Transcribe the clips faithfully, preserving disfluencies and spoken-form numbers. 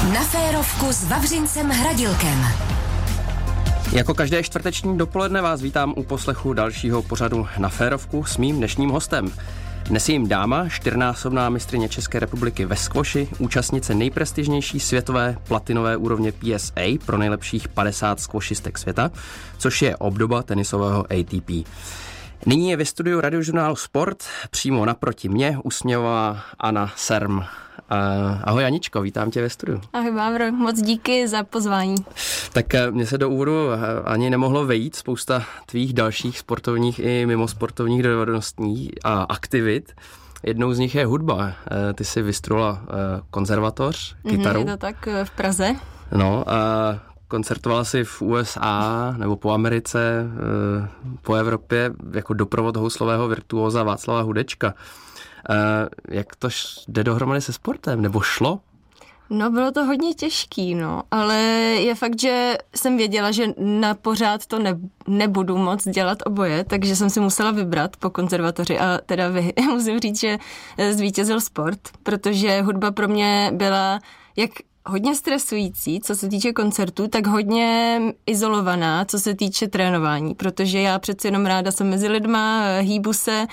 Na férovku s Vavřincem Hradilkem. Jako každé čtvrteční dopoledne vás vítám u poslechu dalšího pořadu Na férovku s mým dnešním hostem. Dnes je jim dáma, čtyřnásobná mistryně České republiky ve skvoši, účastnice nejprestižnější světové platinové úrovně P S A pro nejlepších padesát skvošistek světa, což je obdoba tenisového A T P. Nyní je ve studiu radiožurnálu Sport, přímo naproti mě usměvá Anna Serm. Uh, ahoj Aničko, vítám tě ve studiu. Ahoj Bávro, moc díky za pozvání. Tak mně se do úvodu ani nemohlo vejít spousta tvých dalších sportovních i mimosportovních dovedností a aktivit. Jednou z nich je hudba. Ty jsi vystudovala konzervatoř, kytaru. Je to tak v Praze. No a koncertovala jsi v U S A nebo po Americe, po Evropě jako doprovod houslového virtuóza Václava Hudečka. Jak to jde dohromady se sportem? Nebo šlo? No, bylo to hodně těžký, no, ale je fakt, že jsem věděla, že na pořád to ne, nebudu moc dělat oboje, takže jsem si musela vybrat po konzervatoři a teda vy, musím říct, že zvítězil sport, protože hudba pro mě byla jak hodně stresující, co se týče koncertů, tak hodně izolovaná, co se týče trénování, protože já přeci jenom ráda jsem mezi lidma, hýbu se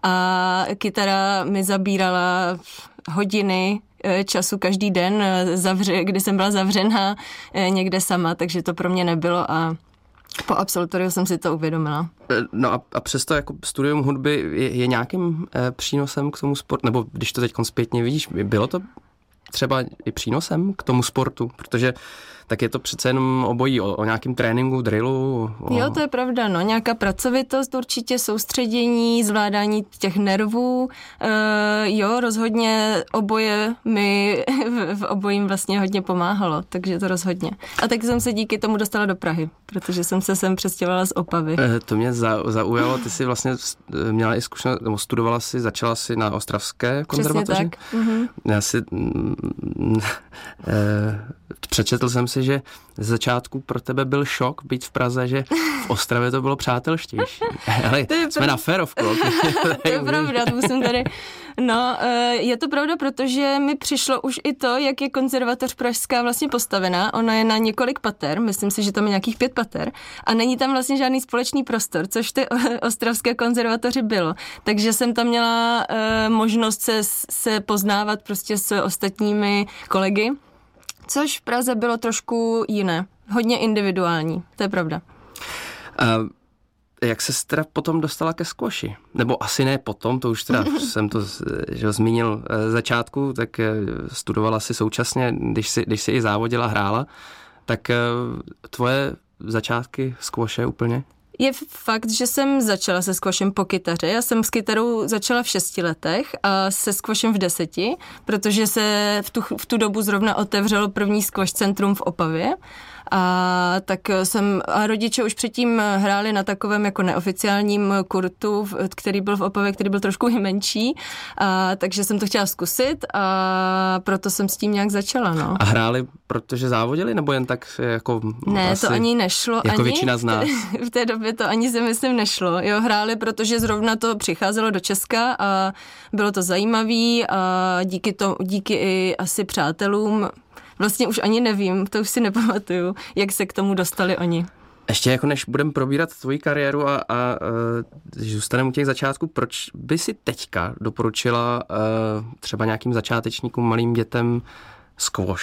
a kytara mi zabírala hodiny času každý den, zavře, kdy jsem byla zavřená někde sama, takže to pro mě nebylo a po absolutoriu jsem si to uvědomila. No a, a přesto jako studium hudby je, je nějakým eh, přínosem k tomu sportu, nebo když to teď zpětně vidíš, bylo to třeba i přínosem k tomu sportu, protože tak je to přece jenom obojí o, o nějakém tréninku, drillu. O... Jo, to je pravda, no, nějaká pracovitost určitě, soustředění, zvládání těch nervů, e, jo, rozhodně oboje mi v, v obojím vlastně hodně pomáhalo, takže to rozhodně. A tak jsem se díky tomu dostala do Prahy, protože jsem se sem přestěhovala z Opavy. E, to mě za, zaujalo, ty jsi vlastně měla i zkušenost, nebo studovala si, začala si na Ostravské konzervatoři. Přesně tak. Mhm. Já si mm, e, přečetl jsem si, že z začátku pro tebe byl šok být v Praze, že v Ostravě to bylo přátelštější. Ale jsme na férovku. To je pravda, to musím tady... No, je to pravda, protože mi přišlo už i to, jak je konzervatoř pražská vlastně postavená. Ona je na několik pater, myslím si, že tam je nějakých pět pater a není tam vlastně žádný společný prostor, což ty ostravské konzervatoři bylo. Takže jsem tam měla možnost se, se poznávat prostě s ostatními kolegy, což v Praze bylo trošku jiné. Hodně individuální, to je pravda. Uh, jak se teda potom dostala ke skvoši? Nebo asi ne potom, to už teda jsem to že zmínil uh, začátku, tak uh, studovala si současně, když si, když si i závodila, hrála, tak uh, tvoje začátky skvoše úplně? Je fakt, že jsem začala se skvošem po kytaře. Já jsem s kytarou začala v šesti letech a se skvošem v deseti, protože se v tu, v tu dobu zrovna otevřelo první skvoš centrum v Opavě. A tak jsem, a rodiče už předtím hráli na takovém jako neoficiálním kurtu, který byl v Opavě, který byl trošku menší, a takže jsem to chtěla zkusit a proto jsem s tím nějak začala, no. A hráli, protože závodili, nebo jen tak jako... Ne, to ani nešlo. Jako ani většina z nás. V té době to ani si myslím nešlo. Jo, hráli, protože zrovna to přicházelo do Česka a bylo to zajímavý a díky, to, díky i asi přátelům. Vlastně už ani nevím, to už si nepamatuju, jak se k tomu dostali oni. Ještě jako než budeme probírat tvoji kariéru a, a, a když zůstaneme u těch začátků, proč by si teďka doporučila a, třeba nějakým začátečníkům, malým dětem squash?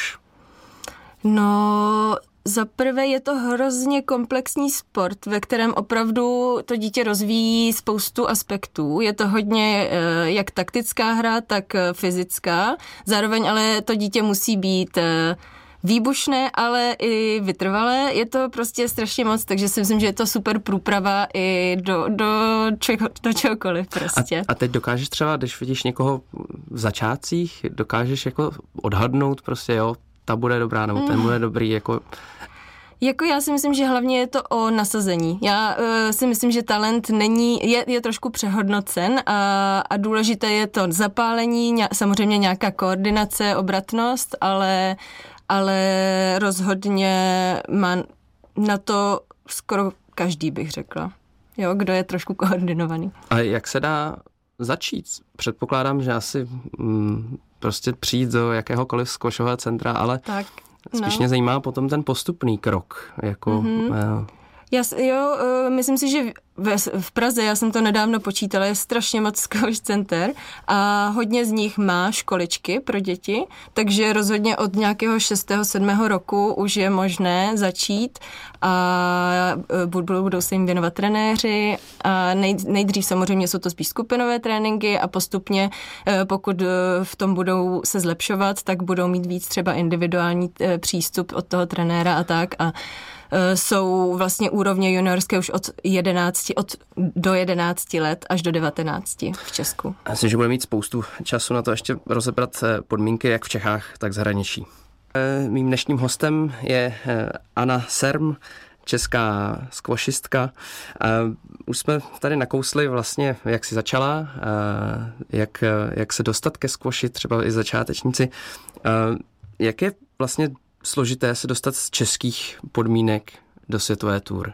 No... Za prvé je to hrozně komplexní sport, ve kterém opravdu to dítě rozvíjí spoustu aspektů. Je to hodně jak taktická hra, tak fyzická. Zároveň ale to dítě musí být výbušné, ale i vytrvalé. Je to prostě strašně moc, takže si myslím, že je to super průprava i do, do, čeho, do čehokoliv prostě. A, a teď dokážeš třeba, když vidíš někoho v začátcích, dokážeš jako odhadnout prostě, jo, ta bude dobrá, nebo ten bude dobrý, jako... Jako já si myslím, že hlavně je to o nasazení. Já uh, si myslím, že talent není, je, je trošku přehodnocen a, a důležité je to zapálení, ně, samozřejmě nějaká koordinace, obratnost, ale, ale rozhodně má na to skoro každý, bych řekla. Jo, kdo je trošku koordinovaný. A jak se dá začít? Předpokládám, že asi mm, prostě přijít do jakéhokoliv squashového centra, ale tak, spíš no. mě zajímá potom ten postupný krok. Jako, mm-hmm. uh, Já, jo, uh, myslím si, že v, v Praze, já jsem to nedávno počítala, je strašně moc squash center a hodně z nich má školičky pro děti, takže rozhodně od nějakého šestého sedmého roku už je možné začít a budou, budou se jim věnovat trenéři a nej, nejdřív samozřejmě jsou to spíš skupinové tréninky a postupně, pokud v tom budou se zlepšovat, tak budou mít víc třeba individuální přístup od toho trenéra a tak a jsou vlastně úrovně juniorské už od jedenácti, od do jedenácti let až do devatenácti v Česku. Myslím, že bude mít spoustu času na to ještě rozebrat podmínky jak v Čechách, tak v zahraničí. Mým dnešním hostem je Anna Serm, česká squashistka. Už jsme tady nakousli vlastně, jak jsi začala, jak, jak se dostat ke squashi, třeba i začátečníci. Jak je vlastně složité se dostat z českých podmínek do světové tour?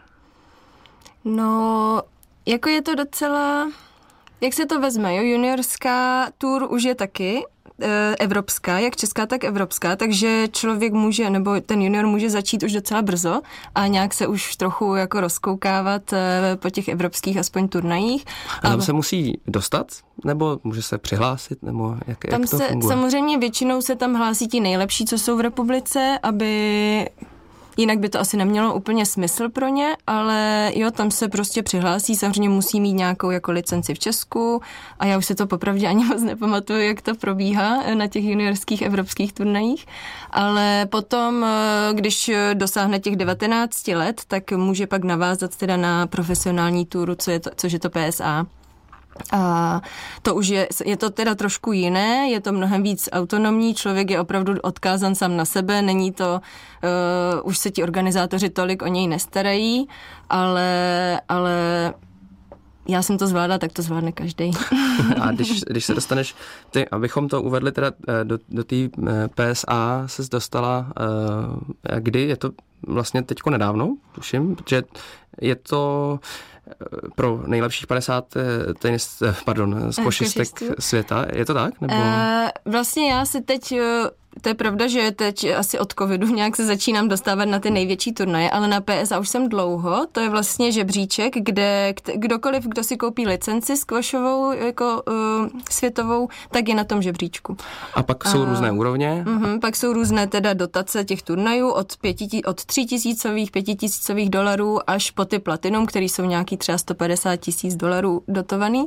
No, jako je to docela, jak se to vezme, jo, juniorská tour už je taky e, evropská, jak česká, tak evropská, takže člověk může, nebo ten junior může začít už docela brzo a nějak se už trochu jako rozkoukávat e, po těch evropských aspoň turnajích. A tam a se musí dostat? Nebo může se přihlásit? Nebo jak, tam jak to se, funguje? samozřejmě většinou se tam hlásí ti nejlepší, co jsou v republice, aby jinak by to asi nemělo úplně smysl pro ně, ale jo, tam se prostě přihlásí, samozřejmě musí mít nějakou jako licenci v Česku a já už se to popravdě ani moc nepamatuju, jak to probíhá na těch juniorských evropských turnajích, ale potom, když dosáhne těch devatenácti let, tak může pak navázat teda na profesionální túru, co je to, což je to P S A. A to už je, je to teda trošku jiné, je to mnohem víc autonomní, člověk je opravdu odkázan sám na sebe, není to, uh, už se ti organizátoři tolik o něj nestarají, ale, ale já jsem to zvládla, tak to zvládne každý. A když, když se dostaneš, ty, abychom to uvedli teda do, do té P S A, ses dostala, uh, kdy, je to vlastně teďko nedávno, tuším, že je to pro nejlepších padesát tenis, pardon, squashistek světa. Je to tak? Nebo? Uh, vlastně já si teď, to je pravda, že teď asi od covidu nějak se začínám dostávat na ty největší turnaje, ale na P S A už jsem dlouho. To je vlastně žebříček, kde kdokoliv, kdo si koupí licenci squashovou jako uh, světovou, tak je na tom žebříčku. A pak jsou uh, různé úrovně? Uh-huh, pak jsou různé teda dotace těch turnajů od, pěti, od tři tisícových, pětitisícových dolarů až po ty platinum, který jsou nějaký třeba sto padesát tisíc dolarů dotovaný.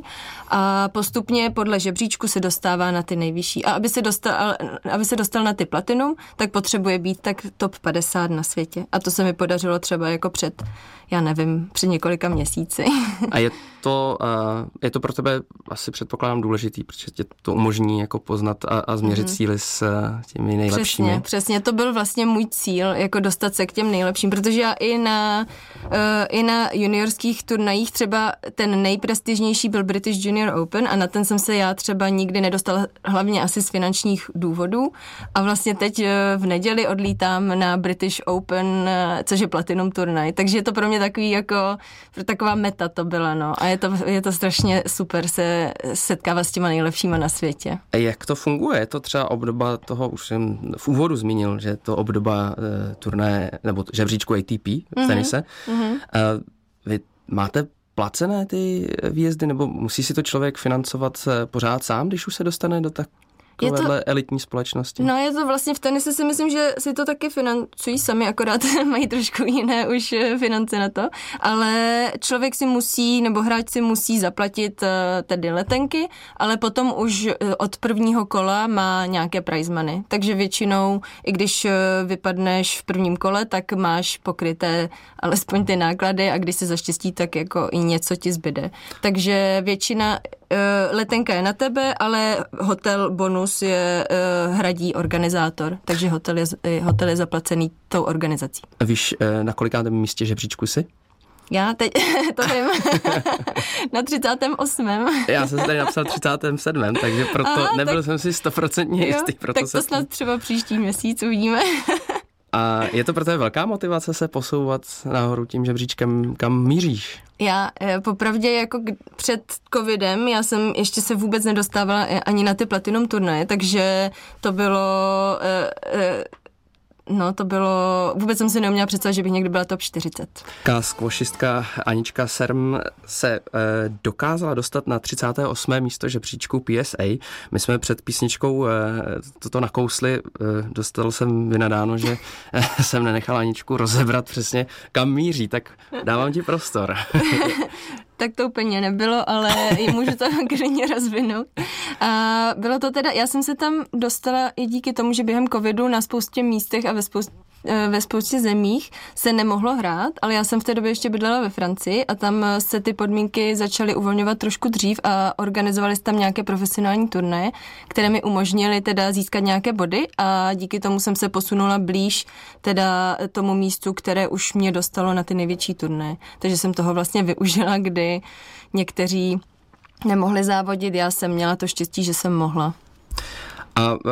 A postupně podle žebříčku se dostává na ty nejvyšší. A aby se dostal, aby se dostal na ty platinum, tak potřebuje být tak top padesát na světě. A to se mi podařilo třeba jako před, já nevím, před několika měsíci. A je to, uh, je to pro tebe asi předpokládám důležitý, protože tě to umožní jako poznat a, a změřit mm-hmm. síly s uh, těmi nejlepšími. Přesně, přesně. To byl vlastně můj cíl, jako dostat se k těm nejlepším, protože já i na, uh, i na juniorských turnajích třeba ten nejprestižnější byl British Junior Open a na ten jsem se já třeba nikdy nedostala, hlavně asi z finančních důvodů. A vlastně teď v neděli odlítám na British Open, což je platinum turnaj, takže je to pro mě takový jako, taková meta to byla, no. A je to, je to strašně super se setkávat s těma nejlepšíma na světě. A jak to funguje? Je to třeba obdoba toho, už jsem v úvodu zmínil, že je to obdoba uh, turnaje, nebo žebříčku A T P v tenise. Mm-hmm. Uh, vy máte placené ty výjezdy, nebo musí si to člověk financovat pořád sám, když už se dostane do tak takovéhle elitní společnosti? No je to vlastně v tenise si myslím, že si to taky financují sami, akorát mají trošku jiné už finance na to, ale člověk si musí, nebo hráč si musí zaplatit uh, tedy letenky, ale potom už uh, od prvního kola má nějaké prize money, takže většinou, i když uh, vypadneš v prvním kole, tak máš pokryté alespoň ty náklady a když se zaštěstí, tak jako i něco ti zbyde. Takže většina uh, letenka je na tebe, ale hotel bonus je uh, hradí organizátor, takže hotel je, hotel je zaplacený tou organizací. Víš, na kolikátém místě žebříčku jsi? Já teď, to vím, na třicátém osmém Já jsem si tady napsal třicátém sedmém takže proto Aha, nebyl tak, jsem si stoprocentně jistý. Proto tak to snad třeba příští měsíc uvidíme. A je to pro tebe velká motivace se posouvat nahoru tím žebříčkem, kam míříš? Já popravdě jako před covidem, já jsem ještě se vůbec nedostávala ani na ty platinum turnaje, takže to bylo... No, to bylo... Vůbec jsem si neuměla představit, že bych někdy byla top čtyřicet. Skvošistka Anička Serm se e, dokázala dostat na třicáté osmé místo žebříčku P S A. My jsme před písničkou e, toto nakousli. E, dostal jsem vynadáno, že e, jsem nenechal Aničku rozebrat přesně, kam míří, tak dávám ti prostor. Tak to úplně nebylo, ale můžu to klidně rozvinout. A bylo to teda, já jsem se tam dostala i díky tomu, že během covidu na spoustě místech a ve spoustě ve spoustě zemích se nemohlo hrát, ale já jsem v té době ještě bydlela ve Francii a tam se ty podmínky začaly uvolňovat trošku dřív a organizovali se tam nějaké profesionální turnaje, které mi umožnily teda získat nějaké body a díky tomu jsem se posunula blíž teda tomu místu, které už mě dostalo na ty největší turnaje. Takže jsem toho vlastně využila, kdy někteří nemohli závodit, já jsem měla to štěstí, že jsem mohla. A uh,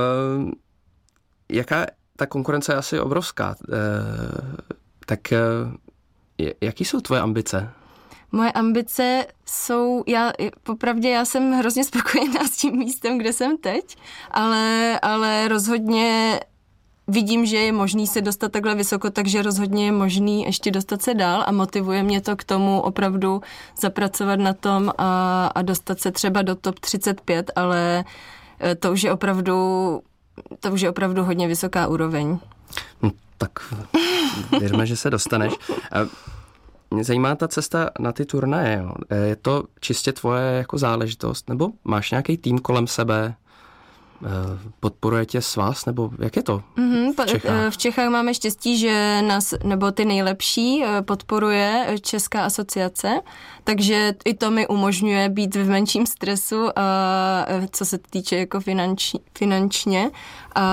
jaká ta konkurence je asi obrovská. E, tak e, jaký jsou tvoje ambice? Moje ambice jsou, já popravdě já jsem hrozně spokojená s tím místem, kde jsem teď, ale, ale rozhodně vidím, že je možný se dostat takhle vysoko, takže rozhodně je možný ještě dostat se dál a motivuje mě to k tomu opravdu zapracovat na tom a, a dostat se třeba do top třicet pět, ale to už je opravdu To už je opravdu hodně vysoká úroveň. No, tak věřme, že se dostaneš. Mě zajímá ta cesta na ty turnaje. Jo. Je to čistě tvoje jako záležitost? Nebo máš nějaký tým kolem sebe? Podporuje tě svaz? Nebo jak je to v Čechách? V Čechách máme štěstí, že nás, nebo ty nejlepší, podporuje Česká asociace, takže i to mi umožňuje být v menším stresu, a co se týče jako finanč, finančně. A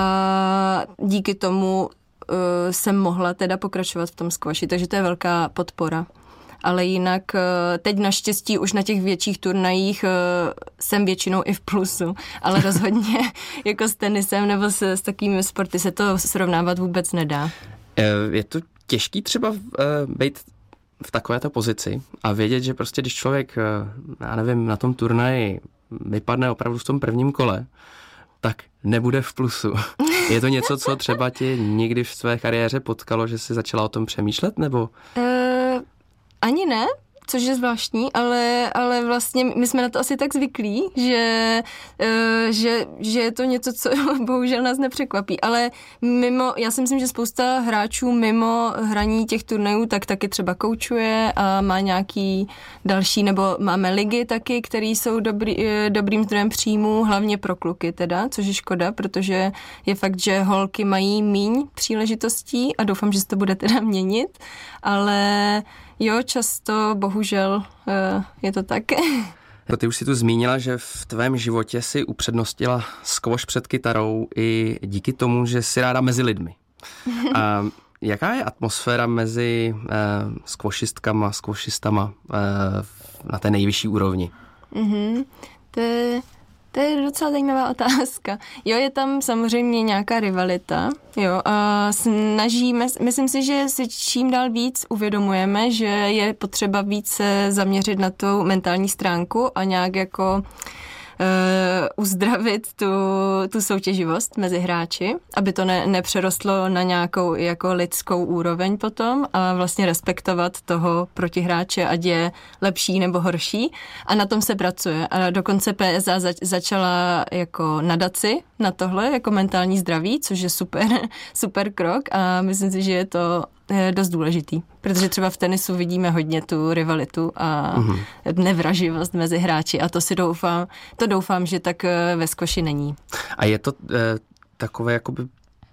díky tomu jsem mohla teda pokračovat v tom squashi, takže to je velká podpora. Ale jinak teď naštěstí už na těch větších turnajích jsem většinou i v plusu, ale rozhodně jako s tenisem nebo s, s takovými sporty se to srovnávat vůbec nedá. Je to těžký třeba být v takovéto pozici a vědět, že prostě když člověk, já nevím, na tom turnaji vypadne opravdu v tom prvním kole, tak nebude v plusu. Je to něco, co třeba ti někdy v své kariéře potkalo, že jsi začala o tom přemýšlet, nebo... Uh... Ani ne, což je zvláštní, ale, ale vlastně my jsme na to asi tak zvyklí, že, že, že je to něco, co bohužel nás nepřekvapí. Ale mimo, já si myslím, že spousta hráčů mimo hraní těch turnajů tak taky třeba koučuje a má nějaký další, nebo máme ligy taky, které jsou dobrý, dobrým zdrojem příjmů, hlavně pro kluky teda, což je škoda, protože je fakt, že holky mají míň příležitostí a doufám, že se to bude teda měnit, ale jo, často, bohužel, je to tak. Ty už si tu zmínila, že v tvém životě si upřednostila squash před kytarou i díky tomu, že jsi ráda mezi lidmi. A jaká je atmosféra mezi eh, squashistkama, squashistama eh, na té nejvyšší úrovni? Mm-hmm. To je... To je docela zajímavá otázka. Jo, je tam samozřejmě nějaká rivalita, jo, a snažíme, myslím si, že si čím dál víc uvědomujeme, že je potřeba víc se zaměřit na tu mentální stránku a nějak jako Uh, uzdravit tu, tu soutěživost mezi hráči, aby to ne, nepřerostlo na nějakou jako lidskou úroveň potom a vlastně respektovat toho protihráče, ať je lepší nebo horší a na tom se pracuje. A dokonce P S A zač, začala jako nadaci na tohle, jako mentální zdraví, což je super, super krok a myslím si, že je to dost důležitý, protože třeba v tenisu vidíme hodně tu rivalitu a mm-hmm. nevraživost mezi hráči a to si doufám, to doufám, že tak ve squashi není. A je to eh, takové jakoby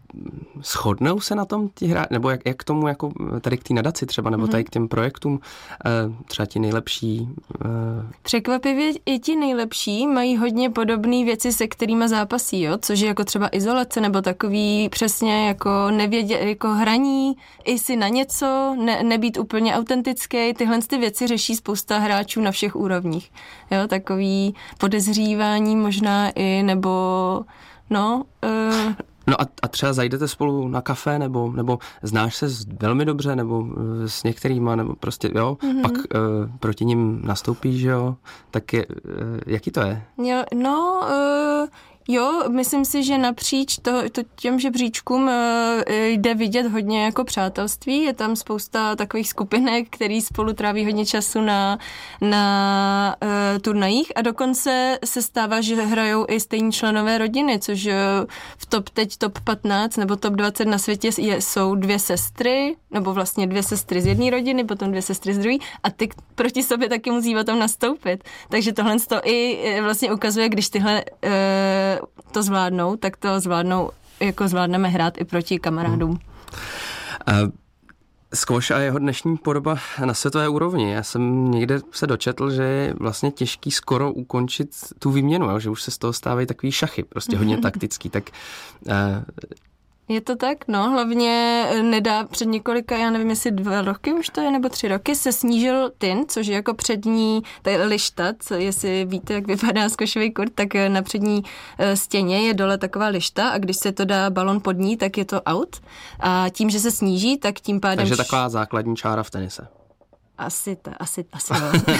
shodnou se na tom ti hráči, nebo jak, jak k tomu jako tady k té nadaci třeba, nebo tady k těm projektům eh, třeba ti nejlepší? Eh... Překvapivě i ti nejlepší mají hodně podobné věci, se kterými zápasí, jo? Což je jako třeba izolace, nebo takový přesně jako nevědě, jako hraní i si na něco, ne, nebýt úplně autentický, tyhle ty věci řeší spousta hráčů na všech úrovních, jo? Takový podezřívání možná i, nebo no... Eh... No a, a třeba zajdete spolu na kafe, nebo, nebo znáš se velmi dobře, nebo s některýma, nebo prostě, jo, mm-hmm. pak uh, proti ním nastoupíš, jo, tak je, uh, jaký to je? Jo, no... Uh... Jo, myslím si, že napříč to, to těm žebříčkům jde vidět hodně jako přátelství. Je tam spousta takových skupinek, který spolu tráví hodně času na, na uh, turnajích a dokonce se stává, že hrajou i stejní členové rodiny, což v top teď top patnáct nebo top dvacet na světě je, jsou dvě sestry, nebo vlastně dvě sestry z jedné rodiny, potom dvě sestry z druhé a ty proti sobě taky musí o tom nastoupit. Takže tohle to i vlastně ukazuje, když tyhle uh, to zvládnou, tak to zvládnou, jako zvládneme hrát i proti kamarádům. Hmm. Uh, squash a jeho dnešní podoba na světové úrovni. Já jsem někde se dočetl, že je vlastně těžký skoro ukončit tu výměnu, jo? Že už se z toho stávají takový šachy, prostě hodně taktický. Tak uh, je to tak, no, hlavně nedá před několika, já nevím, jestli dva roky už to je, nebo tři roky, se snížil tin, což je jako přední, to je lišta, co, jestli víte, jak vypadá squashový kurt, tak na přední stěně je dole taková lišta a když se to dá balon pod ní, tak je to out a tím, že se sníží, tak tím pádem... Takže taková základní čára v tenise. Asi, ta, asi, asi jo.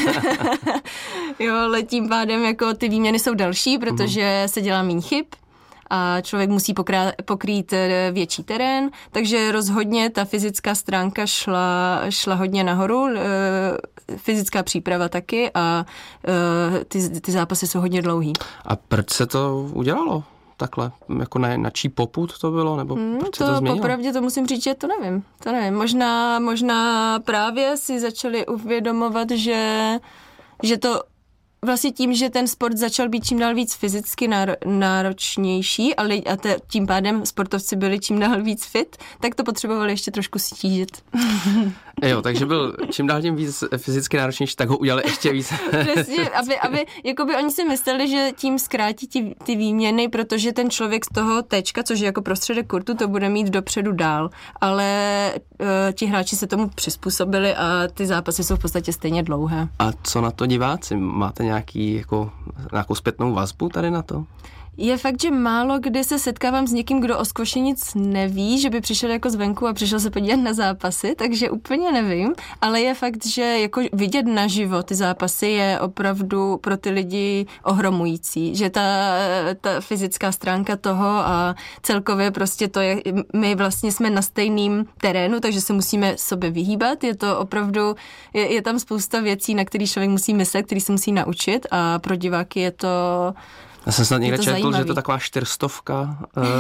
Jo, ale tím pádem jako ty výměny jsou další, protože se dělá méně chyb, a člověk musí pokrát, pokrýt větší terén, takže rozhodně ta fyzická stránka šla, šla hodně nahoru, fyzická příprava taky a ty, ty zápasy jsou hodně dlouhý. A proč se to udělalo takhle? Jako na, na čí popud to bylo? Nebo hmm, proč to, se to změnilo? Popravdě to musím říct, že to nevím. To nevím. Možná, možná právě si začali uvědomovat, že, že to vlastně tím, že ten sport začal být čím dál víc fyzicky náročnější ale a te, tím pádem sportovci byli čím dál víc fit, tak to potřebovali ještě trošku stížit. Jo, takže byl čím dál tím víc fyzicky náročnější, tak ho udělali ještě víc. Přesně, aby, aby jakoby oni si mysleli, že tím zkrátí ty, ty výměny, protože ten člověk z toho tečka, což je jako prostředek kurtu, to bude mít dopředu dál, ale uh, ti hráči se tomu přizpůsobili a ty zápasy jsou v podstatě stejně dlouhé. A co na to diváci? Máte nějaký, jako, nějakou zpětnou vazbu tady na to? Je fakt, že málo kdy se setkávám s někým, kdo o squashi nic neví, že by přišel jako zvenku a přišel se podívat na zápasy, takže úplně nevím, ale je fakt, že jako vidět naživo ty zápasy je opravdu pro ty lidi ohromující, že ta, ta fyzická stránka toho a celkově prostě to je, my vlastně jsme na stejným terénu, takže se musíme sobě vyhýbat, je to opravdu, je, je tam spousta věcí, na který člověk musí myslet, který se musí naučit a pro diváky je to... Já jsem snad někde četl, zajímavý. že to je taková čtyřstovka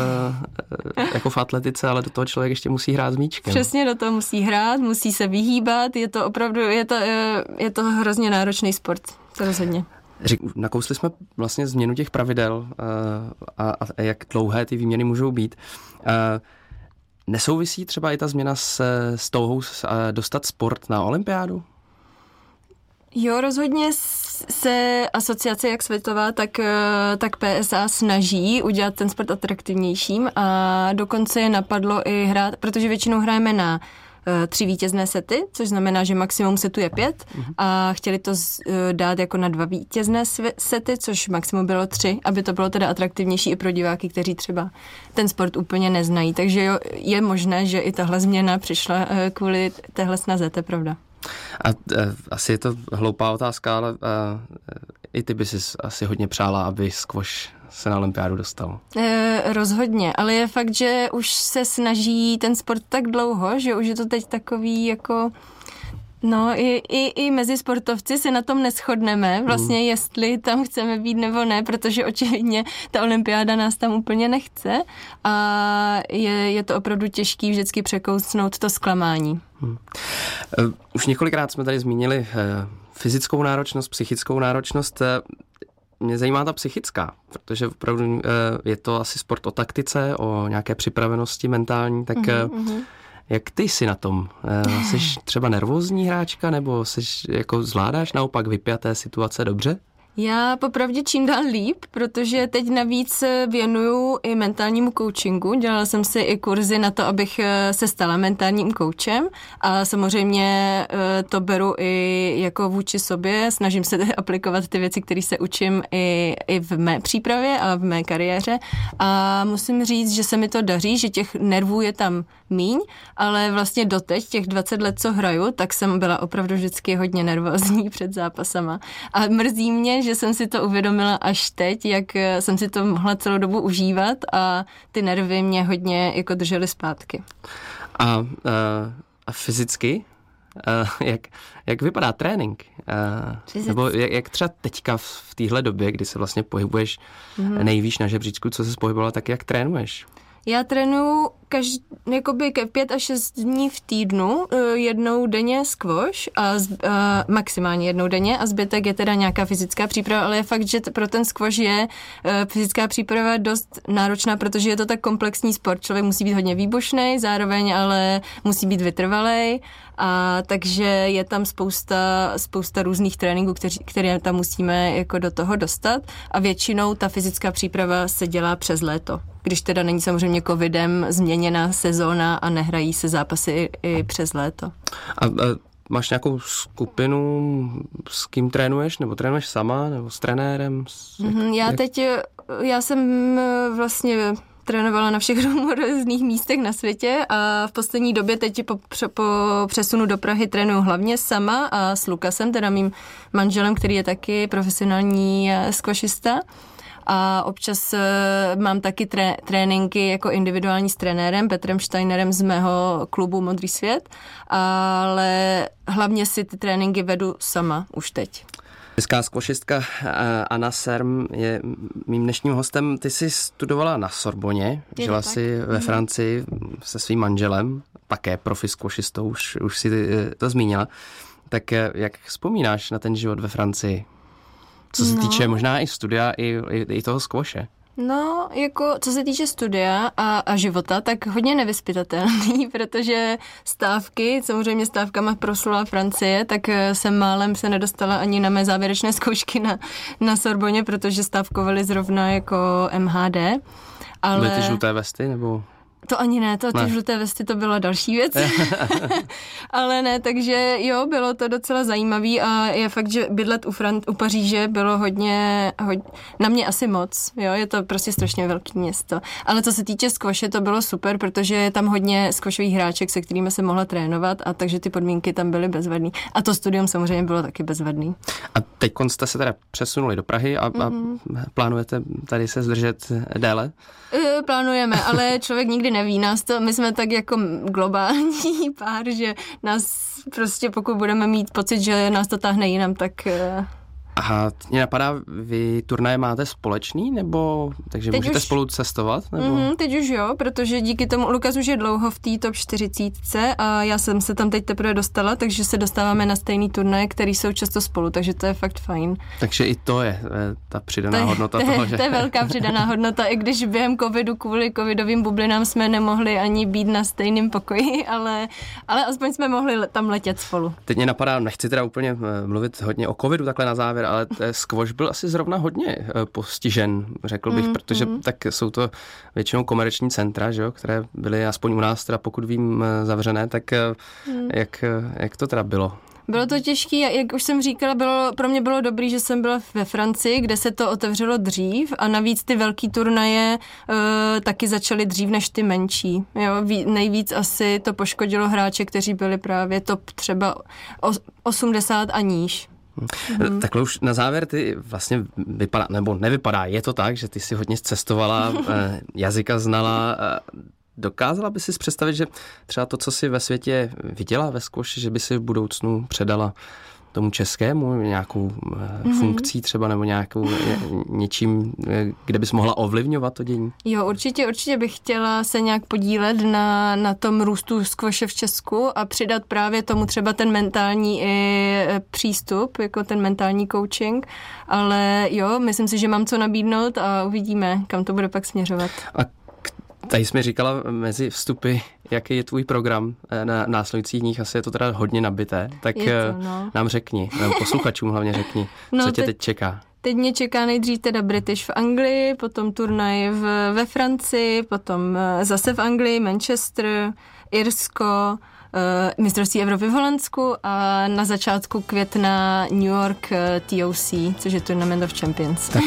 e, jako v atletice, ale do toho člověk ještě musí hrát s míčkem. Přesně, do toho musí hrát, musí se vyhýbat, je to opravdu, je to, je, je to hrozně náročný sport, to rozhodně. Nakousli jsme vlastně změnu těch pravidel e, a, a jak dlouhé ty výměny můžou být. E, nesouvisí třeba i ta změna s, s touhou dostat sport na olympiádu? Jo, rozhodně se asociace jak světová, tak, tak P S A snaží udělat ten sport atraktivnějším a dokonce je napadlo i hrát, protože většinou hrajeme na tři vítězné sety, což znamená, že maximum setu je pět a chtěli to dát jako na dva vítězné sety, což maximum bylo tři, aby to bylo teda atraktivnější i pro diváky, kteří třeba ten sport úplně neznají. Takže jo, je možné, že i tahle změna přišla kvůli téhle snaze, to je pravda. A, a asi je to hloupá otázka, ale a, i ty by si asi hodně přála, aby squash se na olympiádu dostal. E, rozhodně, ale je fakt, že už se snaží ten sport tak dlouho, že už je to teď takový jako... No, i, i, i mezi sportovci se na tom neshodneme, vlastně mm. jestli tam chceme být nebo ne, protože očividně ta olympiáda nás tam úplně nechce a je, je to opravdu těžký vždycky překousnout to zklamání. Hmm. Uh, už několikrát jsme tady zmínili uh, fyzickou náročnost, psychickou náročnost. Uh, mě zajímá ta psychická, protože opravdu uh, je to asi sport o taktice, o nějaké připravenosti mentální, tak uh, uh, jak ty jsi na tom? Uh, jsi třeba nervózní hráčka, nebo jsi, jako zvládáš naopak vypjaté situace dobře? Já popravdě čím dál líp, protože teď navíc věnuju i mentálnímu coachingu. Dělala jsem si i kurzy na to, abych se stala mentálním coachem a samozřejmě to beru i jako vůči sobě. Snažím se aplikovat ty věci, které se učím i, i v mé přípravě a v mé kariéře a musím říct, že se mi to daří, že těch nervů je tam míň, ale vlastně doteď, těch dvacet let, co hraju, tak jsem byla opravdu vždycky hodně nervózní před zápasama. A mrzí mě, že jsem si to uvědomila až teď, jak jsem si to mohla celou dobu užívat a ty nervy mě hodně jako držely zpátky. A, uh, a fyzicky? Uh, jak, jak vypadá trénink? Uh, nebo jak, jak třeba teďka v, v téhle době, kdy se vlastně pohybuješ mm-hmm. nejvíc na žebříčku, co se pohybovala, tak jak trénuješ? Já trénuju každý, jakoby ke pět až šest dní v týdnu, jednou denně squash a, z, a maximálně jednou denně a zbytek je teda nějaká fyzická příprava, ale je fakt, že t- pro ten squash je uh, fyzická příprava dost náročná, protože je to tak komplexní sport. Člověk musí být hodně výbušnej, zároveň ale musí být vytrvalej a takže je tam spousta, spousta různých tréninků, kteří, které tam musíme jako do toho dostat a většinou ta fyzická příprava se dělá přes léto. Když teda není samozřejmě covidem změněná sezóna a nehrají se zápasy i, i přes léto. A, a máš nějakou skupinu, s kým trénuješ? Nebo trénuješ sama? Nebo s trenérem? S, mm-hmm, jak, já jak... teď, já jsem vlastně trénovala na všech různých místech na světě a v poslední době teď po, po přesunu do Prahy trénuju hlavně sama a s Lukasem, teda mým manželem, který je taky profesionální squashista. A občas uh, mám taky tré, tréninky jako individuální s trenérem Petrem Steinerem z mého klubu Modrý svět, ale hlavně si ty tréninky vedu sama už teď. Česká squashistka Anna Serm je mým dnešním hostem. Ty jsi studovala na Sorboně, žila jsi ve Francii se svým manželem, také profi squashistou, už, už si to zmínila. Tak jak vzpomínáš na ten život ve Francii? Co se no. týče možná i studia, i, i, i toho squashe. No, jako co se týče studia a, a života, tak hodně nevyzpytatelný, protože stávky, samozřejmě stávkama proslula Francie, tak jsem málem se nedostala ani na mé závěrečné zkoušky na, na Sorboně, protože stávkovali zrovna jako M H D. Ale... Byly ty žluté vesty, nebo... To ani ne, to, ty ne. žluté vesty, to byla další věc. Ale ne, takže jo, bylo to docela zajímavý a je fakt, že bydlet u, Fran- u Paříže bylo hodně, hodně, na mě asi moc, jo, je to prostě strašně velké město. Ale co se týče squashe, to bylo super, protože je tam hodně squashových hráček, se kterými se mohla trénovat a takže ty podmínky tam byly bezvadný. A to studium samozřejmě bylo taky bezvadný. A teď jste se teda přesunuli do Prahy a, mm-hmm. a plánujete tady se zdržet déle? E, plánujeme, ale člověk nikdy neví. Nás to, my jsme tak jako globální pár, že nás prostě pokud budeme mít pocit, že nás to táhne jinam, tak... Aha, mě napadá, vy turnaje máte společný, nebo takže teď můžete už, spolu cestovat? Nebo? Mm, teď už jo, protože díky tomu Lukas už je dlouho v té top čtyřicítce a já jsem se tam teď teprve dostala, takže se dostáváme na stejný turnaje, který jsou často spolu, takže to je fakt fajn. Takže i to je ta přidaná to je, hodnota to je, toho, že... To je velká přidaná hodnota, i když během covidu kvůli covidovým bublinám jsme nemohli ani být na stejném pokoji, ale, ale aspoň jsme mohli tam letět spolu. Teď mě napadá, nechci teda úplně mluvit hodně o covidu takhle na závěr, ale squash byl asi zrovna hodně postižen, řekl bych, mm, protože mm. tak jsou to většinou komerční centra, že jo, které byly aspoň u nás, teda pokud vím, zavřené, tak mm. jak, jak to teda bylo? Bylo to těžké, jak už jsem říkala, bylo, pro mě bylo dobrý, že jsem byla ve Francii, kde se to otevřelo dřív a navíc ty velký turnaje uh, taky začaly dřív než ty menší. Jo, ví, nejvíc asi to poškodilo hráče, kteří byli právě top třeba osmdesát a níž. Hmm. Takhle už na závěr ty vlastně vypadá, nebo nevypadá, je to tak, že ty si hodně cestovala, jazyka znala, dokázala by si představit, že třeba to, co si ve světě viděla ve squashi, že by si v budoucnu předala tomu českému nějakou mm-hmm. funkcí třeba nebo nějakou něčím, kde bys mohla ovlivňovat to dění? Jo, určitě, určitě bych chtěla se nějak podílet na, na tom růstu squashe v Česku a přidat právě tomu třeba ten mentální i přístup, jako ten mentální coaching, ale jo, myslím si, že mám co nabídnout a uvidíme, kam to bude pak směřovat. A tady jsi mi říkala mezi vstupy, jaký je tvůj program na následujících dních, asi je to teda hodně nabité, tak to, no. nám řekni, nám posluchačům hlavně řekni, no, co tě teď čeká. teď mě čeká nejdřív teda British v Anglii, potom turnaj v, ve Francii, potom zase v Anglii, Manchester, Irsko, Uh, mistrovství Evropy v Holandsku a na začátku května New York uh, T O C, což je Tournament of Champions. Tak